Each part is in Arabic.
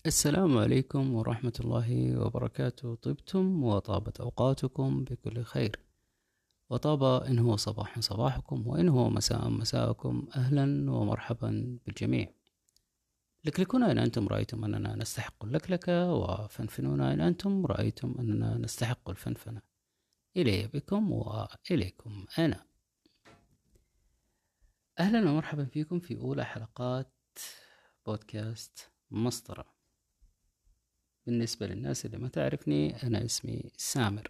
السلام عليكم ورحمة الله وبركاته. طبتم وطابت أوقاتكم بكل خير، وطاب إن هو صباح صباحكم وإن هو مساء مساءكم. أهلا ومرحبا بالجميع. لكلكون إن أنتم رأيتم أننا نستحق اللكلكة، وفنفنونا إن أنتم رأيتم أننا نستحق الفنفنة. إلي بكم وإليكم أنا. أهلا ومرحبا فيكم في أولى حلقات بودكاست مسطرة. بالنسبة للناس اللي ما تعرفني، أنا اسمي سامر،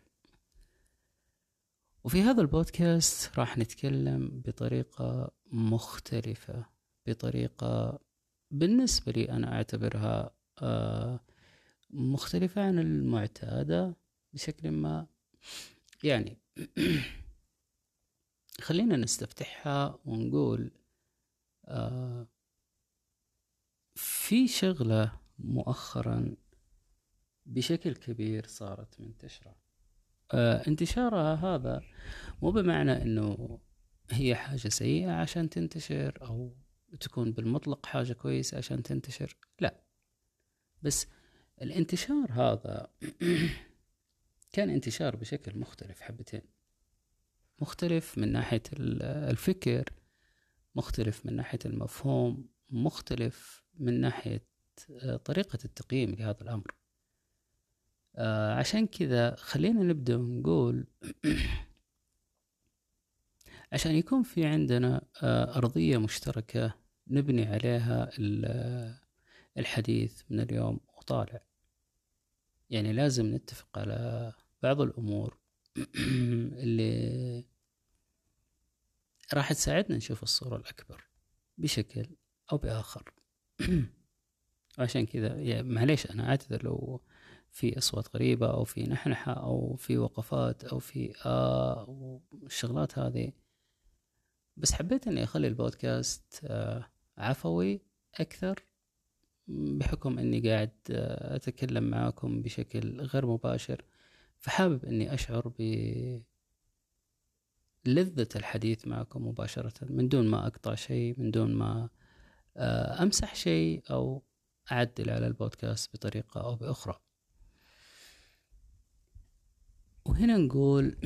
وفي هذا البودكاست راح نتكلم بطريقة مختلفة، بطريقة بالنسبة لي أنا أعتبرها مختلفة عن المعتادة بشكل ما. يعني خلينا نستفتحها ونقول في شغلة مؤخرا بشكل كبير صارت منتشرة. انتشارها هذا مو بمعنى انه هي حاجة سيئة عشان تنتشر او تكون بالمطلق حاجة كويسة عشان تنتشر، لا، بس الانتشار هذا كان انتشار بشكل مختلف حبتين. مختلف من ناحية الفكر، مختلف من ناحية المفهوم، مختلف من ناحية طريقة التقييم لهذا الأمر. عشان كذا خلينا نبدأ ونقول عشان يكون في عندنا أرضية مشتركة نبني عليها الحديث من اليوم وطالع، يعني لازم نتفق على بعض الأمور اللي راح تساعدنا نشوف الصورة الأكبر بشكل أو بآخر. عشان كذا يعني معليش أنا أعتذر لو في أصوات غريبة أو في نحنحة أو في وقفات أو في والشغلات هذه، بس حبيت أني أخلي البودكاست عفوي أكثر، بحكم أني قاعد أتكلم معاكم بشكل غير مباشر، فحابب أني أشعر بلذة الحديث معكم مباشرة من دون ما أقطع شيء، من دون ما أمسح شيء أو أعدل على البودكاست بطريقة أو بأخرى. وهنا نقول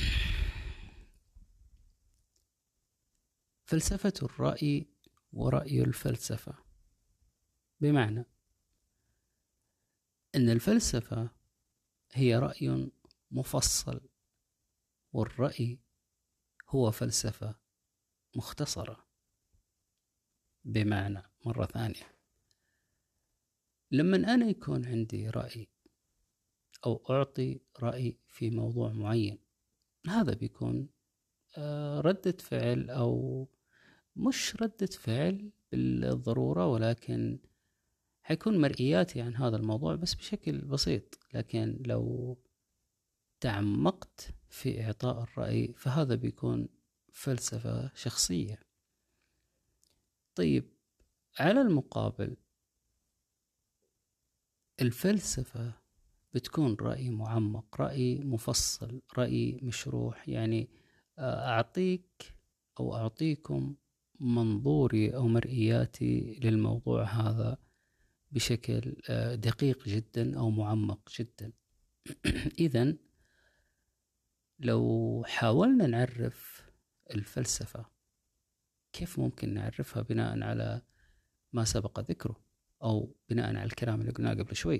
فلسفة الرأي ورأي الفلسفة، بمعنى أن الفلسفة هي رأي مفصل، والرأي هو فلسفة مختصرة. بمعنى مرة ثانية، لما أنا يكون عندي رأي أو أعطي رأي في موضوع معين، هذا بيكون ردة فعل، أو مش ردة فعل بالضرورة، ولكن حيكون مرئياتي عن هذا الموضوع بس بشكل بسيط. لكن لو تعمقت في إعطاء الرأي فهذا بيكون فلسفة شخصية. طيب، على المقابل الفلسفة بتكون رأي معمق، رأي مفصل، رأي مشروح. يعني أعطيك أو أعطيكم منظوري أو مرئياتي للموضوع هذا بشكل دقيق جدا أو معمق جدا. إذن لو حاولنا نعرف الفلسفة، كيف ممكن نعرفها بناء على ما سبق ذكره أو بناء على الكلام اللي قلناه قبل شوي؟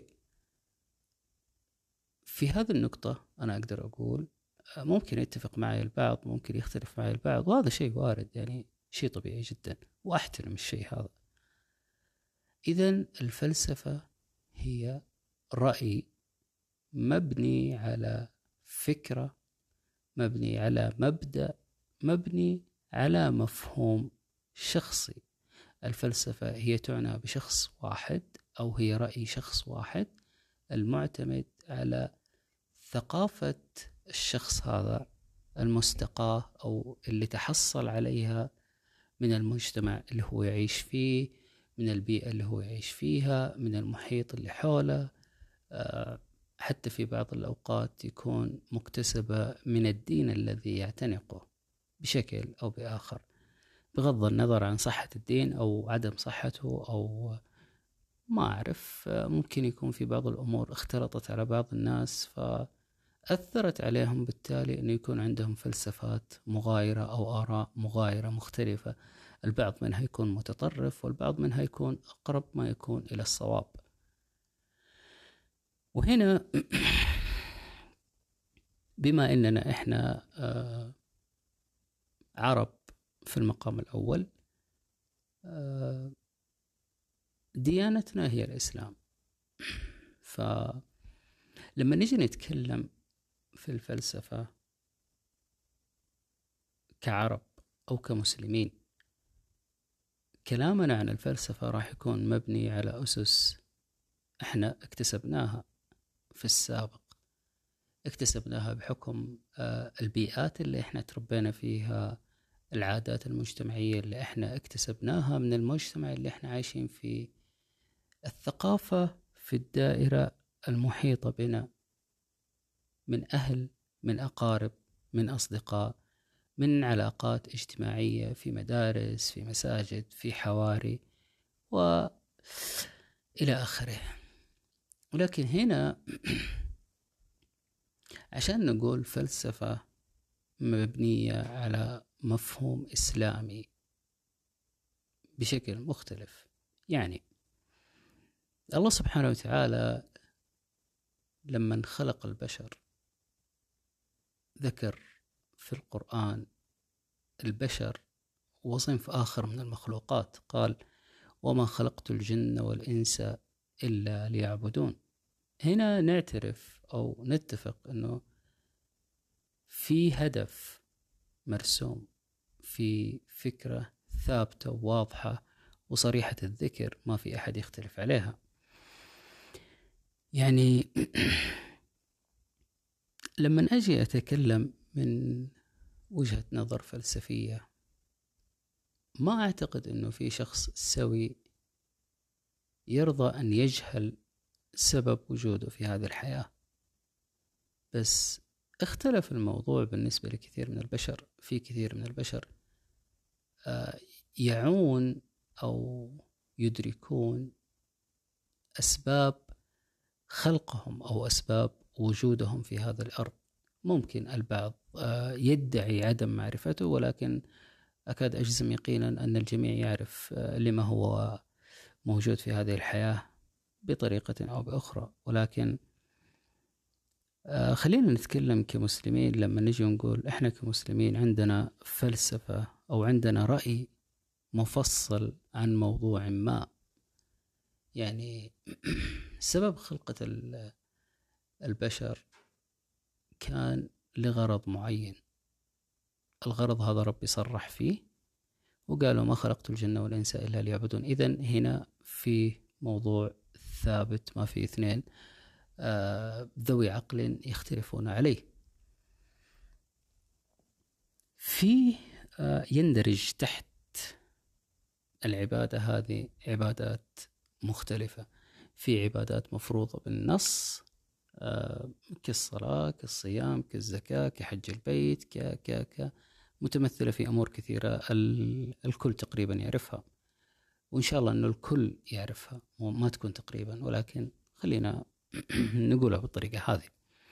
في هذه النقطة أنا أقدر أقول ممكن يتفق معي البعض، ممكن يختلف معي البعض، وهذا شيء وارد، يعني شيء طبيعي جدا، وأحترم الشيء هذا. إذن الفلسفة هي رأي مبني على فكرة، مبني على مبدأ، مبني على مفهوم شخصي. الفلسفة هي تعنى بشخص واحد، أو هي رأي شخص واحد المعتمد على ثقافة الشخص هذا المستقاة، أو اللي تحصل عليها من المجتمع اللي هو يعيش فيه، من البيئة اللي هو يعيش فيها، من المحيط اللي حوله. حتى في بعض الأوقات يكون مكتسبة من الدين الذي يعتنقه بشكل أو بآخر، بغض النظر عن صحة الدين أو عدم صحته أو ما أعرف، ممكن يكون في بعض الأمور اختلطت على بعض الناس فأثرت عليهم، بالتالي أنه يكون عندهم فلسفات مغايرة أو آراء مغايرة مختلفة. البعض منها يكون متطرف والبعض منها يكون أقرب ما يكون إلى الصواب. وهنا بما أننا إحنا عرب في المقام الأول، ديانتنا هي الإسلام. فلما نجي نتكلم في الفلسفة كعرب أو كمسلمين، كلامنا عن الفلسفة راح يكون مبني على أسس إحنا اكتسبناها في السابق، اكتسبناها بحكم البيئات اللي إحنا تربينا فيها، العادات المجتمعية اللي إحنا اكتسبناها من المجتمع اللي إحنا عايشين فيه، الثقافة في الدائرة المحيطة بنا، من أهل، من أقارب، من أصدقاء، من علاقات اجتماعية في مدارس، في مساجد، في حواري، وإلى آخره. ولكن هنا عشان نقول فلسفة مبنية على مفهوم إسلامي بشكل مختلف، يعني الله سبحانه وتعالى لما خلق البشر ذكر في القرآن البشر وصنف آخر من المخلوقات، قال وما خلقت الجن والإنس إلا ليعبدون. هنا نعترف أو نتفق أنه في هدف مرسوم، في فكرة ثابتة وواضحة وصريحة الذكر ما في أحد يختلف عليها. يعني لما أجي أتكلم من وجهة نظر فلسفية، ما أعتقد أنه في شخص سوي يرضى أن يجهل سبب وجوده في هذه الحياة، بس اختلف الموضوع بالنسبة لكثير من البشر. في كثير من البشر يعون أو يدركون أسباب خلقهم أو أسباب وجودهم في هذا الأرض. ممكن البعض يدعي عدم معرفته، ولكن أكاد أجزم يقينا أن الجميع يعرف لما هو موجود في هذه الحياة بطريقة أو بأخرى. ولكن خلينا نتكلم كمسلمين. لما نجي نقول إحنا كمسلمين عندنا فلسفة أو عندنا رأي مفصل عن موضوع ما، يعني سبب خلقة البشر كان لغرض معين. الغرض هذا ربي صرح فيه وقالوا ما خلقت الجن والإنس إلا ليعبدون. إذن هنا في موضوع ثابت، ما في اثنين ذوي عقل يختلفون عليه. في يندرج تحت العبادة هذه عبادات مختلفة. في عبادات مفروضة بالنص كالصلاة، كالصيام، كالزكاة، كحج البيت، متمثلة في أمور كثيرة الكل تقريبا يعرفها، وإن شاء الله أنه الكل يعرفها، وما تكون تقريبا، ولكن خلينا نقولها بالطريقة هذه.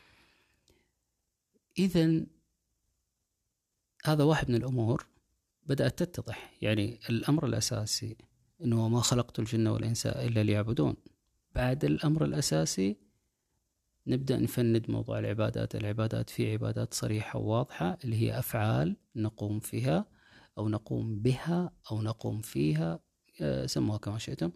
إذن هذا واحد من الأمور بدأت تتضح. يعني الأمر الأساسي أنه ما خلقت الجن والإنس إلا ليعبدون. بعد الأمر الأساسي نبدأ نفند موضوع العبادات. العبادات في عبادات صريحة وواضحة اللي هي أفعال نقوم فيها أو نقوم بها أو نقوم فيها، سموها كما شئتم،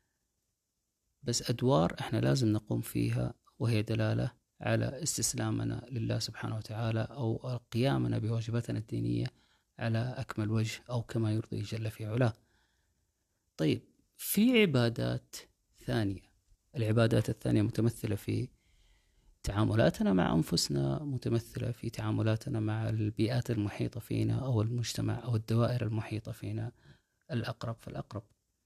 بس أدوار إحنا لازم نقوم فيها، وهي دلالة على استسلامنا لله سبحانه وتعالى أو قيامنا بواجباتنا الدينية على أكمل وجه أو كما يرضي جل في علاه. طيب، في عبادات ثانية. العبادات الثانية متمثلة في تعاملاتنا مع أنفسنا، متمثلة في تعاملاتنا مع البيئات المحيطة فينا أو المجتمع أو الدوائر المحيطة فينا، الأقرب فالأقرب.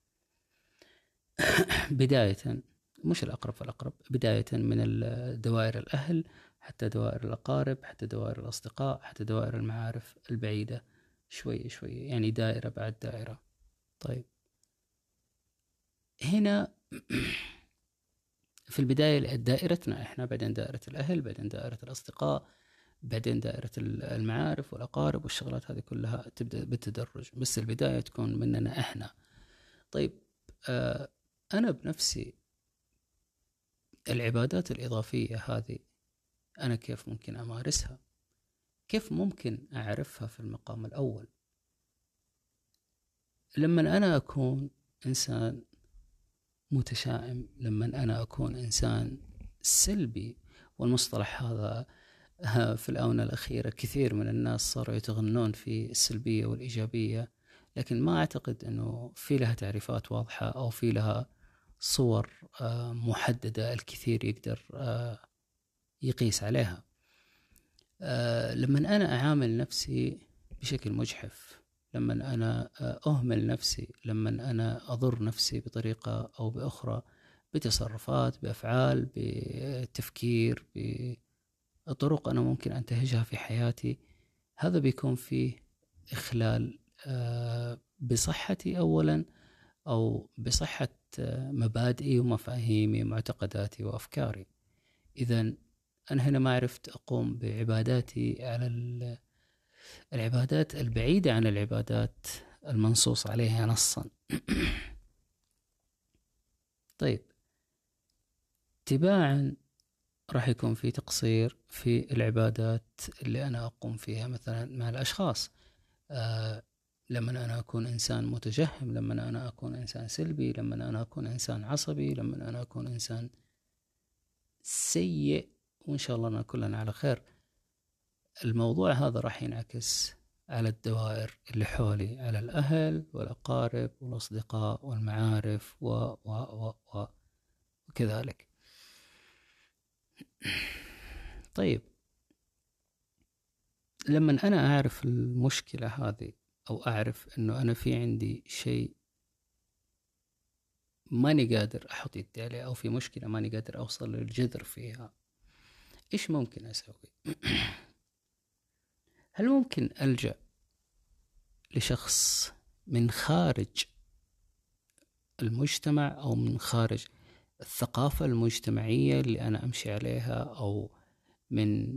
بداية، مش الأقرب فالأقرب، بداية من دوائر الأهل حتى دوائر الأقارب حتى دوائر الأصدقاء حتى دوائر المعارف البعيدة، شوي شوي، يعني دائرة بعد دائرة. طيب، هنا في البداية دائرتنا إحنا، بعدين دائرة الأهل، بعدين دائرة الأصدقاء، بعدين دائرة المعارف والأقارب، والشغلات هذه كلها تبدأ بالتدرج، بس البداية تكون مننا إحنا. طيب أنا بنفسي العبادات الإضافية هذه أنا كيف ممكن أمارسها؟ كيف ممكن أعرفها في المقام الأول؟ لما أنا أكون إنسان متشائم، لما أنا أكون إنسان سلبي، والمصطلح هذا في الآونة الأخيرة كثير من الناس صاروا يتغنون في السلبية والإيجابية، لكن ما أعتقد أنه في لها تعريفات واضحة أو في لها صور محددة الكثير يقدر يقيس عليها. لما أنا أعامل نفسي بشكل مجحف، لما أنا أهمل نفسي، لما أنا أضر نفسي بطريقة أو بأخرى، بتصرفات، بأفعال، بتفكير، بطرق أنا ممكن أنتهجها في حياتي، هذا بيكون فيه إخلال بصحتي أولا، أو بصحة مبادئي ومفاهيمي ومعتقداتي وأفكاري. إذن أنا هنا ما عرفت أقوم بعباداتي على العبادات البعيدة عن العبادات المنصوص عليها نصا. طيب، تباعا راح يكون في تقصير في العبادات اللي أنا أقوم فيها مثلا مع الأشخاص. لما أنا أكون إنسان متجهم، لما أنا أكون إنسان سلبي، لما أنا أكون إنسان عصبي، لما أنا أكون إنسان سيء، وإن شاء الله أنا كلنا على خير، الموضوع هذا راح ينعكس على الدوائر اللي حولي، على الأهل والأقارب والأصدقاء والمعارف وكذلك. طيب، لما أنا أعرف المشكلة هذه، أو أعرف أنه أنا في عندي شيء ماني قادر أحط يدي عليه، أو في مشكلة ماني قادر أوصل للجذر فيها، إيش ممكن أسوي؟ هل ممكن ألجأ لشخص من خارج المجتمع، أو من خارج الثقافة المجتمعية اللي أنا أمشي عليها، أو من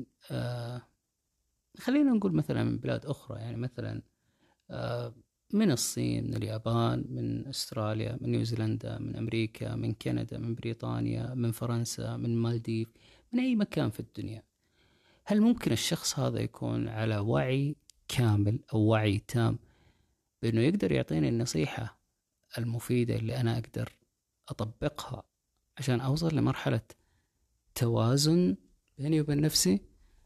خلينا نقول مثلا من بلاد أخرى، يعني مثلا من الصين، من اليابان، من أستراليا، من نيوزيلندا، من أمريكا، من كندا، من بريطانيا، من فرنسا، من مالديف، من أي مكان في الدنيا. هل ممكن الشخص هذا يكون على وعي كامل أو وعي تام بأنه يقدر يعطيني النصيحة المفيدة اللي أنا أقدر أطبقها عشان أوصل لمرحلة توازن بيني وبين نفسي،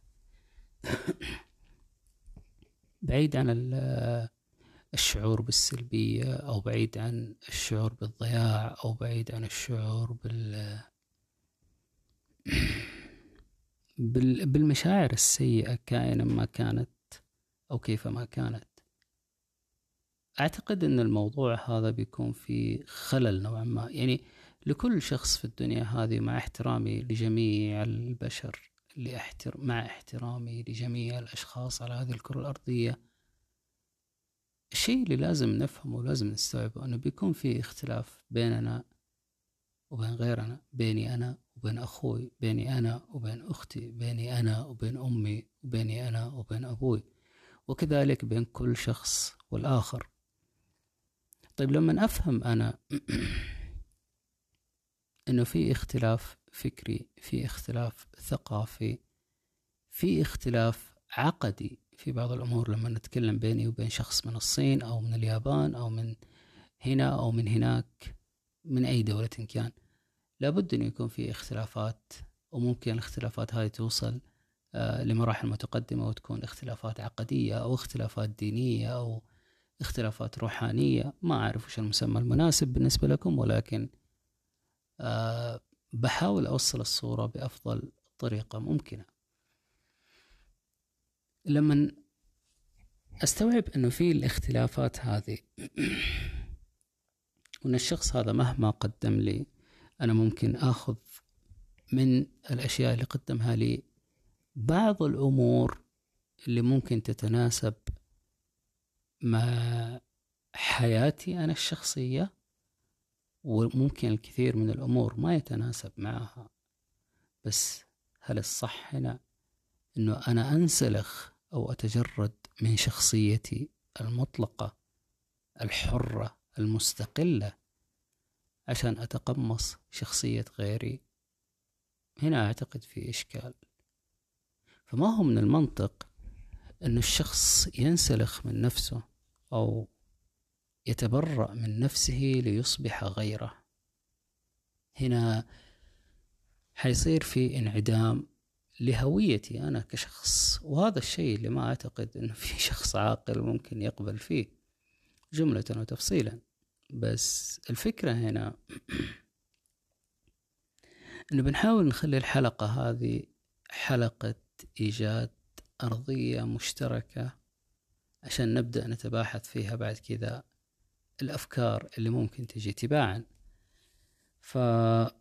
بعيد عن الشعور بالسلبية، أو بعيد عن الشعور بالضياع، أو بعيد عن الشعور بالمشاعر السيئة كائنا ما كانت أو كيف ما كانت. أعتقد أن الموضوع هذا بيكون فيه خلل نوعا ما. يعني لكل شخص في الدنيا هذه، مع احترامي لجميع البشر، مع احترامي لجميع الأشخاص على هذه الكرة الأرضية، الشيء اللي لازم نفهمه ولازم نستوعبه أنه بيكون فيه اختلاف بيننا وبين غيرنا، بيني أنا وبين أخوي، بيني أنا وبين أختي، بيني أنا وبين أمي، وبيني أنا وبين أبوي، وكذلك بين كل شخص والآخر. طيب، لما أفهم أنا أنه في اختلاف فكري، في اختلاف ثقافي، في اختلاف عقدي في بعض الأمور، لما نتكلم بيني وبين شخص من الصين أو من اليابان أو من هنا أو من هناك، من أي دولة كان، لابد أن يكون في اختلافات، وممكن الاختلافات هذه توصل لمراحل متقدمة، وتكون اختلافات عقدية أو اختلافات دينية أو اختلافات روحانية. ما أعرف وش المسمى المناسب بالنسبة لكم، ولكن بحاول أوصل الصورة بأفضل طريقة ممكنة. لما أستوعب أنه في الاختلافات هذه وأن الشخص هذا مهما قدم لي، أنا ممكن أخذ من الأشياء اللي قدمها لي بعض الأمور اللي ممكن تتناسب مع حياتي أنا الشخصية، وممكن الكثير من الأمور ما يتناسب معها، بس هل الصح هنا أنه أنا أنسلخ أو أتجرد من شخصيتي المطلقة الحرة المستقلة عشان أتقمص شخصية غيري؟ هنا أعتقد في إشكال. فما هو من المنطق أن الشخص ينسلخ من نفسه أو يتبرأ من نفسه ليصبح غيره. هنا حيصير في انعدام لهويتي أنا كشخص، وهذا الشيء اللي ما أعتقد أنه في شخص عاقل ممكن يقبل فيه جملة وتفصيلا. بس الفكرة هنا أنه بنحاول نخلي الحلقة هذه حلقة إيجاد أرضية مشتركة عشان نبدأ نتباحث فيها بعد كذا الأفكار اللي ممكن تجي تباعا. فخلينا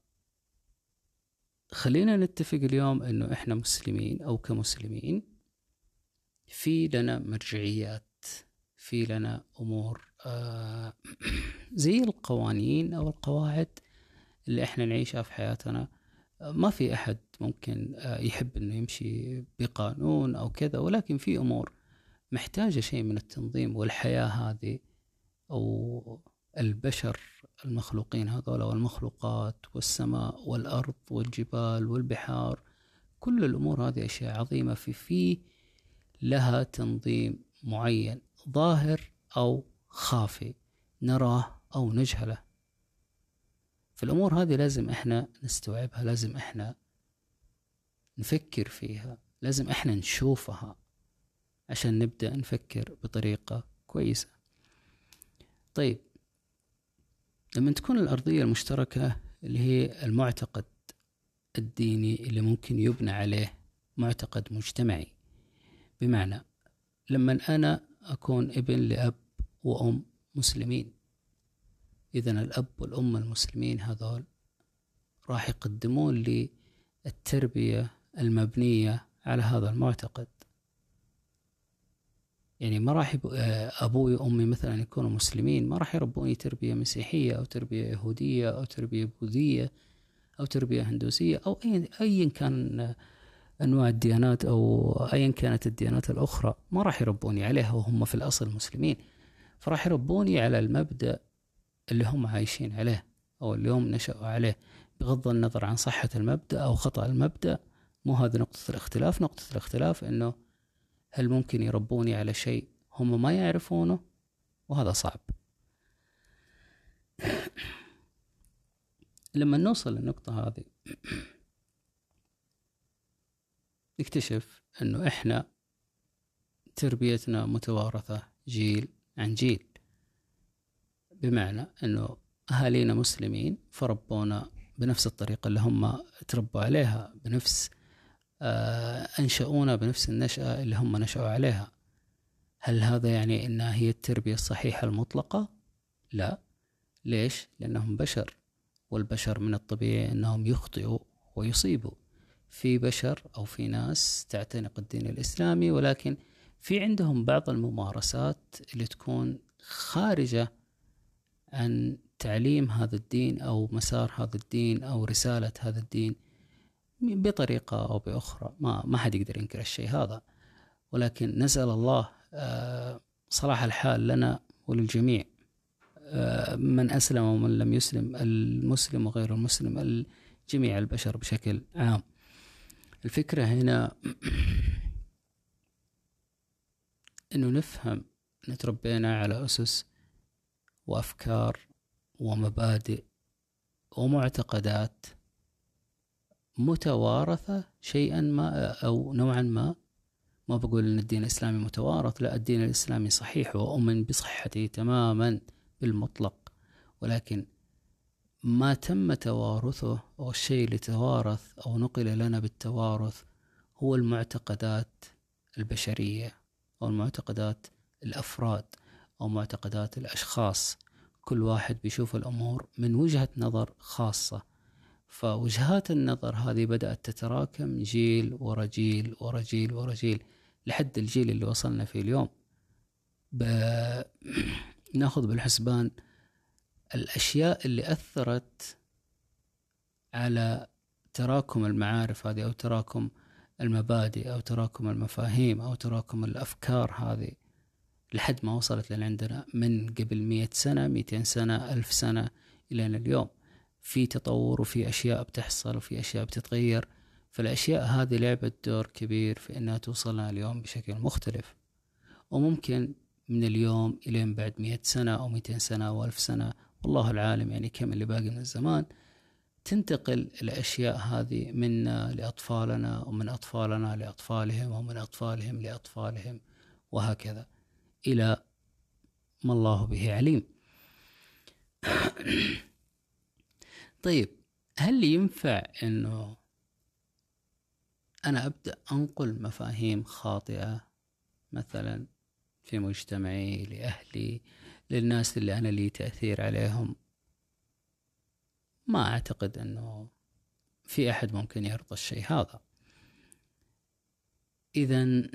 نتفق اليوم أنه إحنا مسلمين أو كمسلمين في لنا مرجعيات، في لنا أمور زي القوانين أو القواعد اللي إحنا نعيشها في حياتنا. ما في أحد ممكن يحب أنه يمشي بقانون أو كذا، ولكن في أمور محتاجة شيء من التنظيم. والحياة هذه أو البشر المخلوقين هذول والمخلوقات والسماء والأرض والجبال والبحار، كل الأمور هذه أشياء عظيمة في لها تنظيم معين ظاهر أو خافي، نراه أو نجهله. فالأمور هذه لازم إحنا نستوعبها، لازم إحنا نفكر فيها، لازم إحنا نشوفها عشان نبدأ نفكر بطريقة كويسة. طيب، لما تكون الأرضية المشتركة اللي هي المعتقد الديني اللي ممكن يبنى عليه معتقد مجتمعي، بمعنى لما أنا أكون ابن لأب وأم مسلمين، إذن الأب والأم المسلمين هذول راح يقدمون لي التربية المبنية على هذا المعتقد. يعني ما راح أبوي وأمي مثلا يكونوا مسلمين، ما راح يربوني تربية مسيحية أو تربية يهودية أو تربية بوذية أو تربية هندوسية أو أي كان أنواع الديانات أو أيا كانت الديانات الأخرى، ما راح يربوني عليها وهم في الأصل مسلمين. فراح يربوني على المبدأ اللي هم عايشين عليه أو اللي هم نشأوا عليه، بغض النظر عن صحة المبدأ أو خطأ المبدأ. مو هذا نقطة الاختلاف. نقطة الاختلاف إنه هل ممكن يربوني على شيء هم ما يعرفونه، وهذا صعب. لما نوصل للنقطة هذه نكتشف أنه إحنا تربيتنا متوارثة جيل عن جيل، بمعنى أنه أهالينا مسلمين فربونا بنفس الطريقة اللي هم تربوا عليها، بنفس أنشأونا بنفس النشأة اللي هم نشأوا عليها. هل هذا يعني أنها هي التربية الصحيحة المطلقة؟ لا. ليش؟ لأنهم بشر، والبشر من الطبيعي أنهم يخطئوا ويصيبوا. في بشر أو في ناس تعتنق الدين الإسلامي، ولكن في عندهم بعض الممارسات اللي تكون خارجة عن تعليم هذا الدين أو مسار هذا الدين أو رسالة هذا الدين بطريقة أو بأخرى. ما حد يقدر ينكر الشيء هذا، ولكن نسأل الله صلاح الحال لنا وللجميع، من أسلم ومن لم يسلم، المسلم وغير المسلم، جميع البشر بشكل عام. الفكرة هنا أنه نفهم نتربينا على أسس وأفكار ومبادئ ومعتقدات متوارثة شيئا ما أو نوعا ما. ما بقول أن الدين الإسلامي متوارث، لا، الدين الإسلامي صحيح وأؤمن بصحته تماما بالمطلق، ولكن ما تم توارثه أو الشيء اللي توارث أو نقل لنا بالتوارث هو المعتقدات البشرية أو المعتقدات الأفراد أو معتقدات الأشخاص. كل واحد بيشوف الأمور من وجهة نظر خاصة، فوجهات النظر هذه بدأت تتراكم جيل ورا جيل ورا جيل ورا جيل لحد الجيل اللي وصلنا فيه اليوم. ناخذ بالحسبان الأشياء اللي أثرت على تراكم المعارف هذه أو تراكم المبادئ أو تراكم المفاهيم أو تراكم الأفكار هذه لحد ما وصلت لعندنا من قبل 100 سنة 200 سنة 1000 سنة إلى اليوم. في تطور وفي أشياء بتحصل وفي أشياء بتتغير، فالأشياء هذه لعبت دور كبير في أنها توصلنا اليوم بشكل مختلف. وممكن من اليوم إلى بعد 100 سنة أو 200 سنة أو 1000 سنة، والله العالم يعني كم اللي باقي من الزمان، تنتقل الأشياء هذه منا لأطفالنا ومن أطفالنا لأطفالهم ومن أطفالهم لأطفالهم وهكذا إلى ما الله به عليم. طيب، هل ينفع أنه أنا أبدأ أنقل مفاهيم خاطئة مثلا في مجتمعي لأهلي للناس اللي أنا لي تأثير عليهم؟ ما أعتقد أنه في أحد ممكن يرضى الشيء هذا. إذن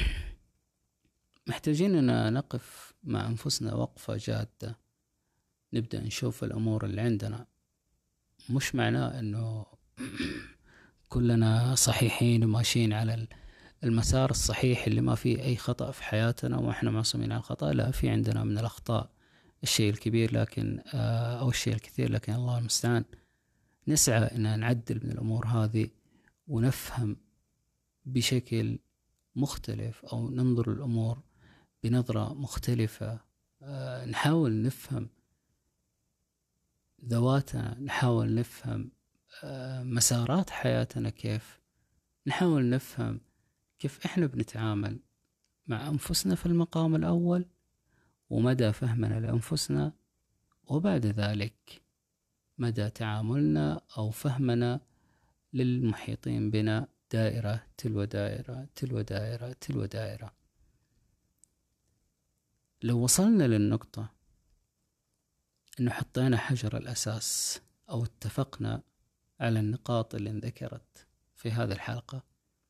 محتاجين أن نقف مع أنفسنا وقفة جادة، نبدأ نشوف الأمور اللي عندنا. مش معناه أنه كلنا صحيحين وماشيين على المسار الصحيح اللي ما فيه أي خطأ في حياتنا وإحنا معصومين عن الخطأ. لا، في عندنا من الأخطاء الشيء الكبير لكن أو الشيء الكثير، لكن الله المستعان نسعى أن نعدل من الأمور هذه ونفهم بشكل مختلف أو ننظر الأمور بنظرة مختلفة. نحاول نفهم ذواتنا، نحاول نفهم مسارات حياتنا كيف، نحاول نفهم كيف إحنا بنتعامل مع أنفسنا في المقام الأول ومدى فهمنا لأنفسنا، وبعد ذلك مدى تعاملنا أو فهمنا للمحيطين بنا دائرة تلو دائرة تلو دائرة تلو دائرة. لو وصلنا للنقطة إنه حطينا حجر الأساس أو اتفقنا على النقاط اللي انذكرت في هذه الحلقة،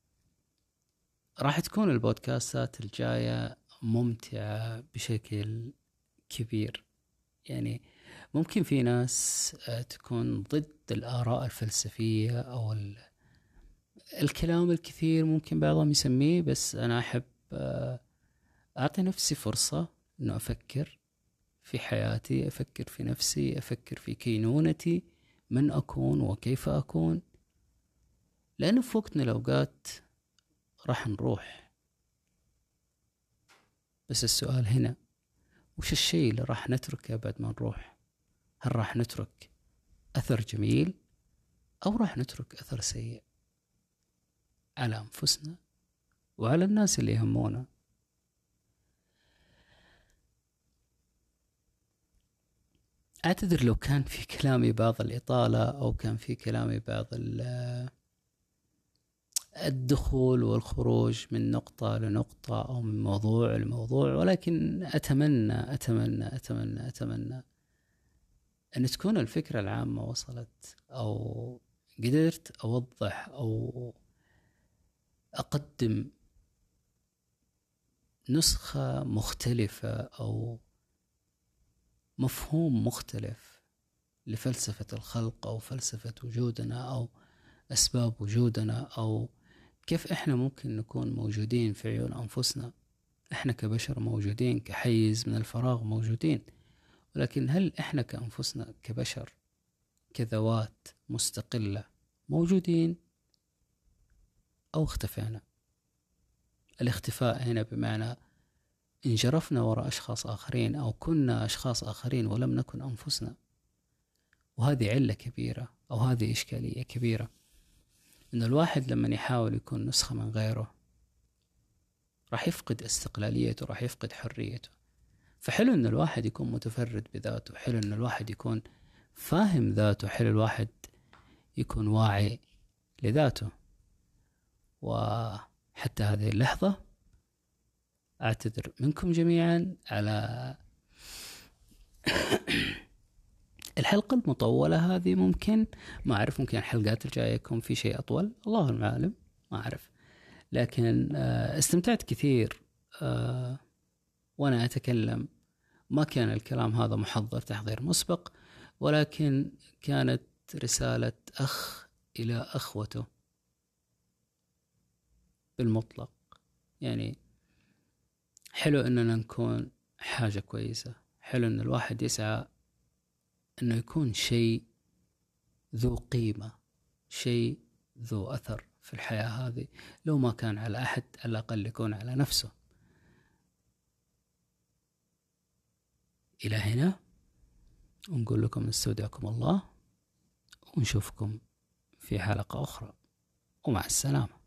راح تكون البودكاستات الجاية ممتعة بشكل كبير. يعني ممكن في ناس تكون ضد الآراء الفلسفية أو الكلام الكثير ممكن بعضهم يسميه، بس أنا أحب أعطي نفسي فرصة أنه أفكر في حياتي، أفكر في نفسي، أفكر في كينونتي، من أكون وكيف أكون، لأنه في وقت من الأوقات راح نروح. بس السؤال هنا، وش الشيء اللي راح نتركه بعد ما نروح؟ هل راح نترك أثر جميل أو راح نترك أثر سيء على أنفسنا وعلى الناس اللي يهمونا؟ أعتذر لو كان في كلامي بعض الإطالة أو كان في كلامي بعض الدخول والخروج من نقطة لنقطة أو من موضوع لموضوع، ولكن أتمنى أن تكون الفكرة العامة وصلت، أو قدرت أوضح أو أقدم نسخة مختلفة أو مفهوم مختلف لفلسفة الخلق أو فلسفة وجودنا أو أسباب وجودنا، أو كيف إحنا ممكن نكون موجودين في عيون أنفسنا. إحنا كبشر موجودين كحيز من الفراغ موجودين، ولكن هل إحنا كأنفسنا كبشر كذوات مستقلة موجودين أو اختفينا؟ الاختفاء هنا بمعنى انجرفنا وراء أشخاص آخرين أو كنا أشخاص آخرين ولم نكن أنفسنا. وهذه علة كبيرة أو هذه إشكالية كبيرة، إن الواحد لما يحاول يكون نسخة من غيره راح يفقد استقلاليته، راح يفقد حريته. فحلو إن الواحد يكون متفرد بذاته، حلو إن الواحد يكون فاهم ذاته، حلو الواحد يكون واعي لذاته. وحتى هذه اللحظة أعتذر منكم جميعا على الحلقة المطولة هذه. ممكن ما أعرف، ممكن الحلقات الجاية يكون في شيء أطول، الله المعلم، ما أعرف. لكن استمتعت كثير وأنا أتكلم ما كان الكلام هذا محضر تحضير مسبق، ولكن كانت رسالة أخ إلى أخوته بالمطلق. يعني حلو أننا نكون حاجة كويسة، حلو أن الواحد يسعى أنه يكون شيء ذو قيمة، شيء ذو أثر في الحياة هذه، لو ما كان على أحد على الأقل يكون على نفسه. إلى هنا ونقول لكم نستودعكم الله، ونشوفكم في حلقة أخرى، ومع السلامة.